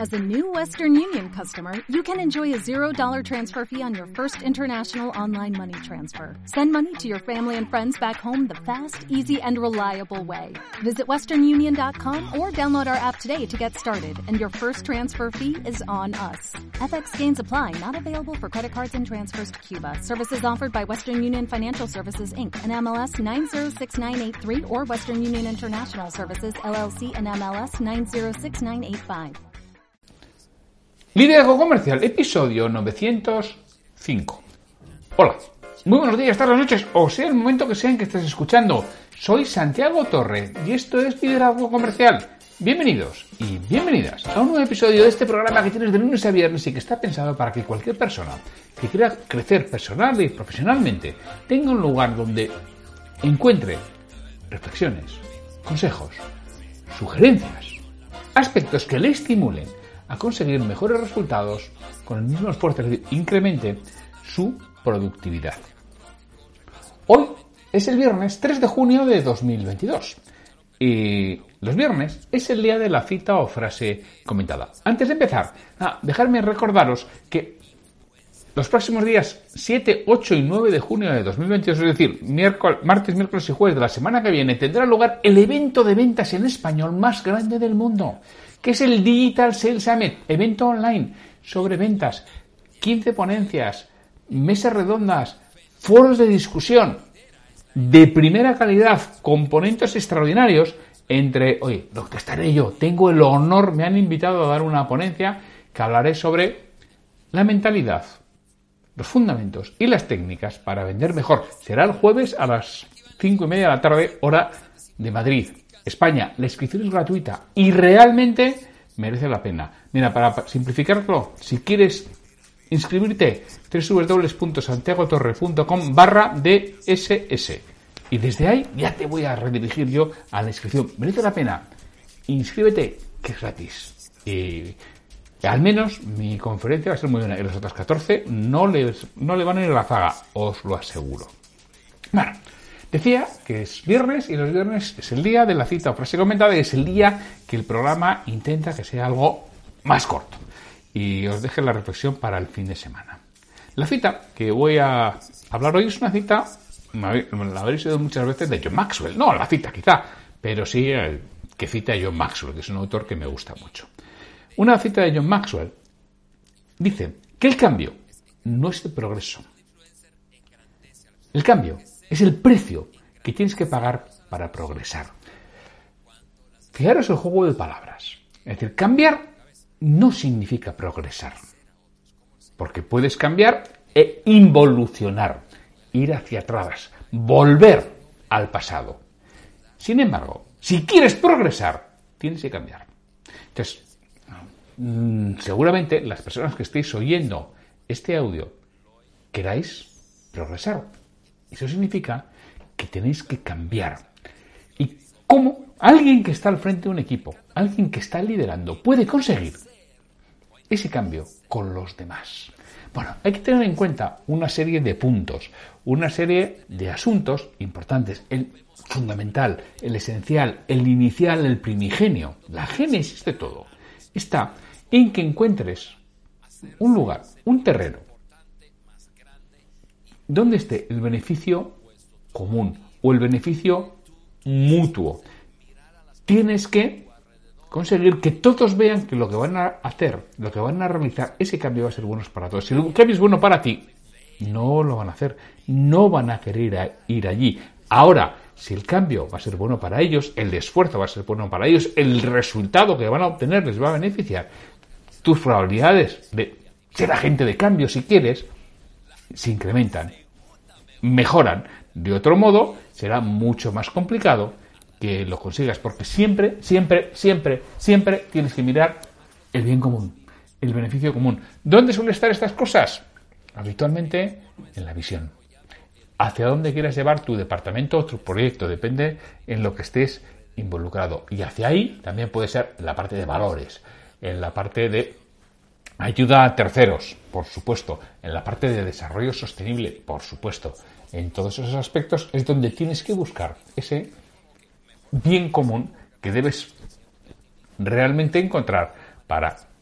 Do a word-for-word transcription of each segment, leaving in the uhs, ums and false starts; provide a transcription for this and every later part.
As a new Western Union customer, you can enjoy a zero dollar transfer fee on your first international online money transfer. Send money to your family and friends back home the fast, easy, and reliable way. Visit western union dot com or download our app today to get started, and your first transfer fee is on us. F X gains apply, not available for credit cards and transfers to Cuba. Services offered by Western Union Financial Services, Incorporated, and M L S nine zero six nine eight three or Western Union International Services, L L C, and M L S nine zero six nine eight five. Liderazgo Comercial, episodio novecientos cinco. Hola, muy buenos días, tardes, noches, o sea el momento que sea en que estés escuchando. Soy Santiago Torre y esto es Liderazgo Comercial. Bienvenidos y bienvenidas a un nuevo episodio de este programa que tienes de lunes a viernes y que está pensado para que cualquier persona que quiera crecer personal y profesionalmente tenga un lugar donde encuentre reflexiones, consejos, sugerencias, aspectos que le estimulen a conseguir mejores resultados con el mismo esfuerzo, es decir, incremente su productividad. Hoy es el viernes tres de junio de dos mil veintidós y los viernes es el día de la cita o frase comentada. Antes de empezar, ah, dejadme recordaros que los próximos días siete, ocho y nueve de junio de dos mil veintidós, es decir, miércoles, martes, miércoles y jueves de la semana que viene, tendrá lugar el evento de ventas en español más grande del mundo, que es el Digital Sales Summit, evento online sobre ventas, quince ponencias, mesas redondas, foros de discusión de primera calidad, componentes extraordinarios, entre, oye, lo que estaré yo, tengo el honor, me han invitado a dar una ponencia que hablaré sobre la mentalidad, los fundamentos y las técnicas para vender mejor. Será el jueves a las cinco y media de la tarde, hora de Madrid, España. La inscripción es gratuita y realmente merece la pena. Mira, para simplificarlo, si quieres inscribirte, doble u doble u doble u punto santiagotorre punto com barra D S S. Y desde ahí ya te voy a redirigir yo a la inscripción. Merece la pena. Inscríbete, que es gratis. Y al menos mi conferencia va a ser muy buena. Y las otras catorce no, les, no le van a ir a la zaga, os lo aseguro. Bueno, decía que es viernes y los viernes es el día de la cita o frase comentada y es el día que el programa intenta que sea algo más corto. Y os dejo la reflexión para el fin de semana. La cita que voy a hablar hoy es una cita, la habréis oído muchas veces, de John Maxwell. No la cita quizá, pero sí el que cita a John Maxwell, que es un autor que me gusta mucho. Una cita de John Maxwell dice que el cambio no es el progreso. El cambio es el precio que tienes que pagar para progresar. Fijaros el juego de palabras. Es decir, cambiar no significa progresar. Porque puedes cambiar e involucionar, ir hacia atrás, volver al pasado. Sin embargo, si quieres progresar, tienes que cambiar. Entonces, seguramente las personas que estéis oyendo este audio queráis progresar. Eso significa que tenéis que cambiar. ¿Y cómo alguien que está al frente de un equipo, alguien que está liderando, puede conseguir ese cambio con los demás? Bueno, hay que tener en cuenta una serie de puntos, una serie de asuntos importantes. El fundamental, el esencial, el inicial, el primigenio, la génesis de todo, está en que encuentres un lugar, un terreno, donde esté el beneficio común o el beneficio mutuo. Tienes que conseguir que todos vean que lo que van a hacer, lo que van a realizar, ese cambio va a ser bueno para todos. Si el cambio es bueno para ti, no lo van a hacer, no van a querer ir allí. Ahora, si el cambio va a ser bueno para ellos, el esfuerzo va a ser bueno para ellos, el resultado que van a obtener les va a beneficiar, tus probabilidades de ser agente de cambio, si quieres, se incrementan, mejoran. De otro modo, será mucho más complicado que lo consigas, porque siempre, siempre, siempre, siempre tienes que mirar el bien común, el beneficio común. ¿Dónde suelen estar estas cosas? Habitualmente en la visión. Hacia dónde quieras llevar tu departamento o tu proyecto, depende en lo que estés involucrado. Y hacia ahí también puede ser la parte de valores, en la parte de ayuda a terceros, por supuesto, en la parte de desarrollo sostenible, por supuesto. En todos esos aspectos es donde tienes que buscar ese bien común que debes realmente encontrar para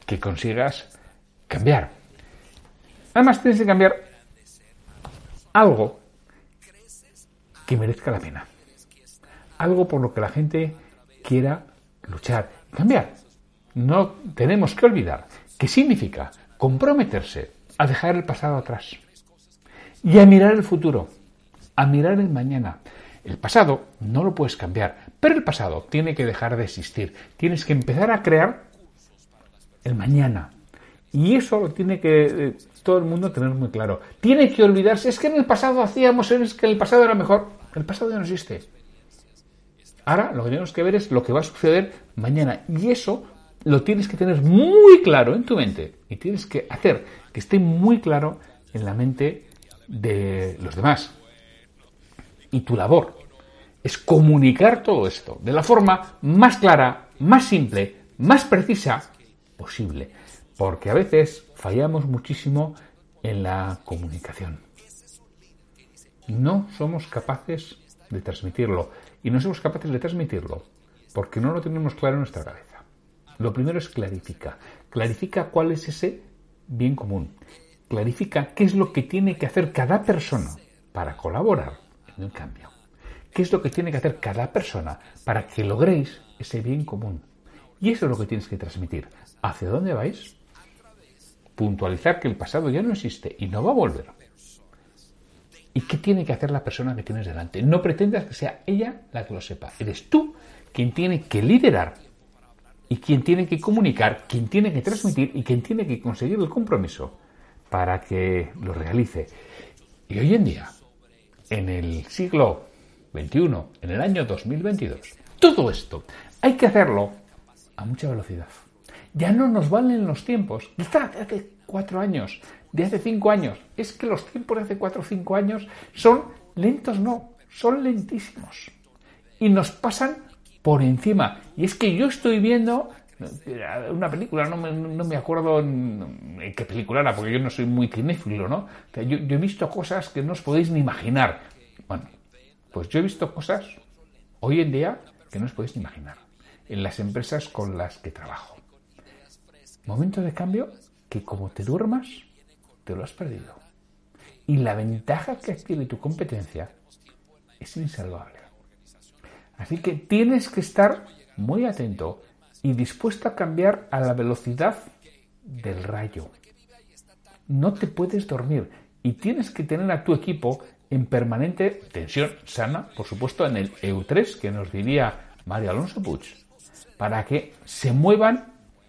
que consigas cambiar. Además, tienes que cambiar algo que merezca la pena. Algo por lo que la gente quiera luchar y cambiar. No tenemos que olvidar qué significa comprometerse a dejar el pasado atrás y a mirar el futuro, a mirar el mañana. El pasado no lo puedes cambiar, pero el pasado tiene que dejar de existir. Tienes que empezar a crear el mañana. Y eso lo tiene que eh, todo el mundo tener muy claro. Tiene que olvidarse, es que en el pasado hacíamos, es que en el pasado era mejor. El pasado ya no existe. Ahora lo que tenemos que ver es lo que va a suceder mañana. Y eso lo tienes que tener muy claro en tu mente. Y tienes que hacer que esté muy claro en la mente de los demás. Y tu labor es comunicar todo esto de la forma más clara, más simple, más precisa posible. Porque a veces fallamos muchísimo en la comunicación. No somos capaces de transmitirlo. Y no somos capaces de transmitirlo porque no lo tenemos claro en nuestra cabeza. Lo primero es clarifica. Clarifica cuál es ese bien común. Clarifica qué es lo que tiene que hacer cada persona para colaborar en el cambio. ¿Qué es lo que tiene que hacer cada persona para que logréis ese bien común? Y eso es lo que tienes que transmitir. ¿Hacia dónde vais? Puntualizar que el pasado ya no existe y no va a volver. ¿Y qué tiene que hacer la persona que tienes delante? No pretendas que sea ella la que lo sepa. Eres tú quien tiene que liderar y quien tiene que comunicar, quien tiene que transmitir y quien tiene que conseguir el compromiso para que lo realice. Y hoy en día, en el siglo veintiuno, en el año dos mil veintidós, todo esto hay que hacerlo a mucha velocidad. Ya no nos valen los tiempos de hace cuatro años, de hace cinco años. Es que los tiempos de hace cuatro o cinco años son lentos, no, son lentísimos. Y nos pasan por encima. Y es que yo estoy viendo una película, no me, no me acuerdo en, en qué película era, porque yo no soy muy cinéfilo, ¿no? O sea, yo, yo he visto cosas que no os podéis ni imaginar. Bueno, pues yo he visto cosas hoy en día que no os podéis ni imaginar en las empresas con las que trabajo. Momento de cambio que como te duermas, te lo has perdido. Y la ventaja que adquiere tu competencia es insalvable. Así que tienes que estar muy atento y dispuesto a cambiar a la velocidad del rayo. No te puedes dormir y tienes que tener a tu equipo en permanente tensión sana, por supuesto en el E U tres, que nos diría Mario Alonso Puig, para que se muevan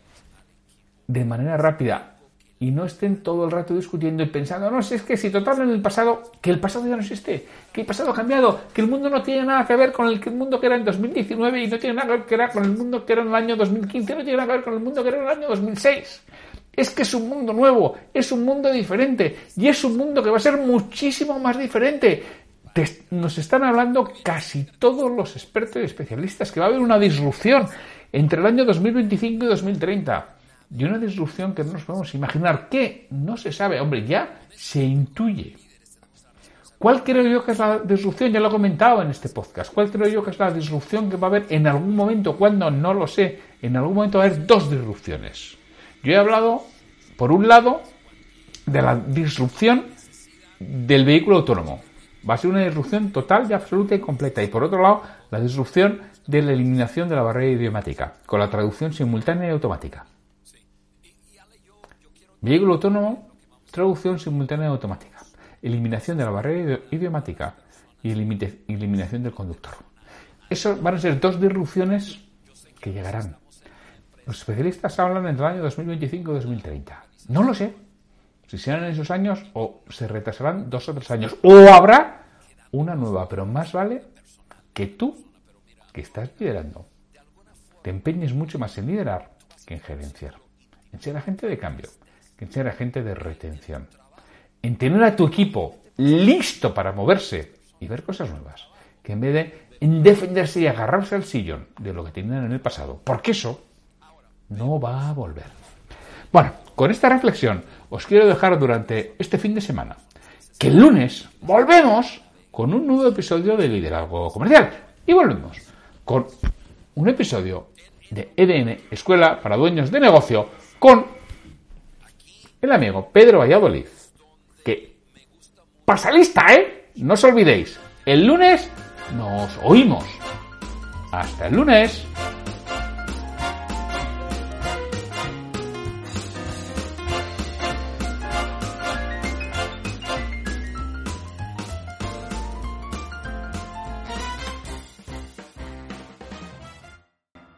de manera rápida y no estén todo el rato discutiendo y pensando, no, si es que si total en el pasado, que el pasado ya no existe, que el pasado ha cambiado, que el mundo no tiene nada que ver con el, el mundo que era en dos mil diecinueve y no tiene nada que ver que era con el mundo que era en el año dos mil quince, no tiene nada que ver con el mundo que era en el año dos mil seis. Es que es un mundo nuevo, es un mundo diferente y es un mundo que va a ser muchísimo más diferente. Te, nos están hablando casi todos los expertos y especialistas que va a haber una disrupción entre el año dos mil veinticinco y dos mil treinta. Y una disrupción que no nos podemos imaginar, que no se sabe, hombre, ya se intuye. ¿Cuál creo yo que es la disrupción? Ya lo he comentado en este podcast. ¿Cuál creo yo que es la disrupción que va a haber en algún momento? Cuando no lo sé. En algún momento va a haber dos disrupciones. Yo he hablado, por un lado, de la disrupción del vehículo autónomo. Va a ser una disrupción total y absoluta y completa. Y por otro lado, la disrupción de la eliminación de la barrera idiomática, con la traducción simultánea y automática. Vehículo autónomo, traducción simultánea y automática. Eliminación de la barrera idiomática y eliminación del conductor. Esos van a ser dos disrupciones que llegarán. Los especialistas hablan entre el año dos mil veinticinco y dos mil treinta. No lo sé si serán en esos años o se retrasarán dos o tres años. O habrá una nueva, pero más vale que tú, que estás liderando, te empeñes mucho más en liderar que en gerenciar. En ser agente de cambio, que en ser agente de retención. En tener a tu equipo listo para moverse y ver cosas nuevas, que en vez de en defenderse y agarrarse al sillón de lo que tenían en el pasado, porque eso no va a volver. Bueno, con esta reflexión os quiero dejar durante este fin de semana que el lunes volvemos con un nuevo episodio de Liderazgo Comercial y volvemos con un episodio de E D N, Escuela para Dueños de Negocio, con el amigo Pedro Valladolid. Que pasa lista, ¿eh? No os olvidéis, el lunes nos oímos. Hasta el lunes.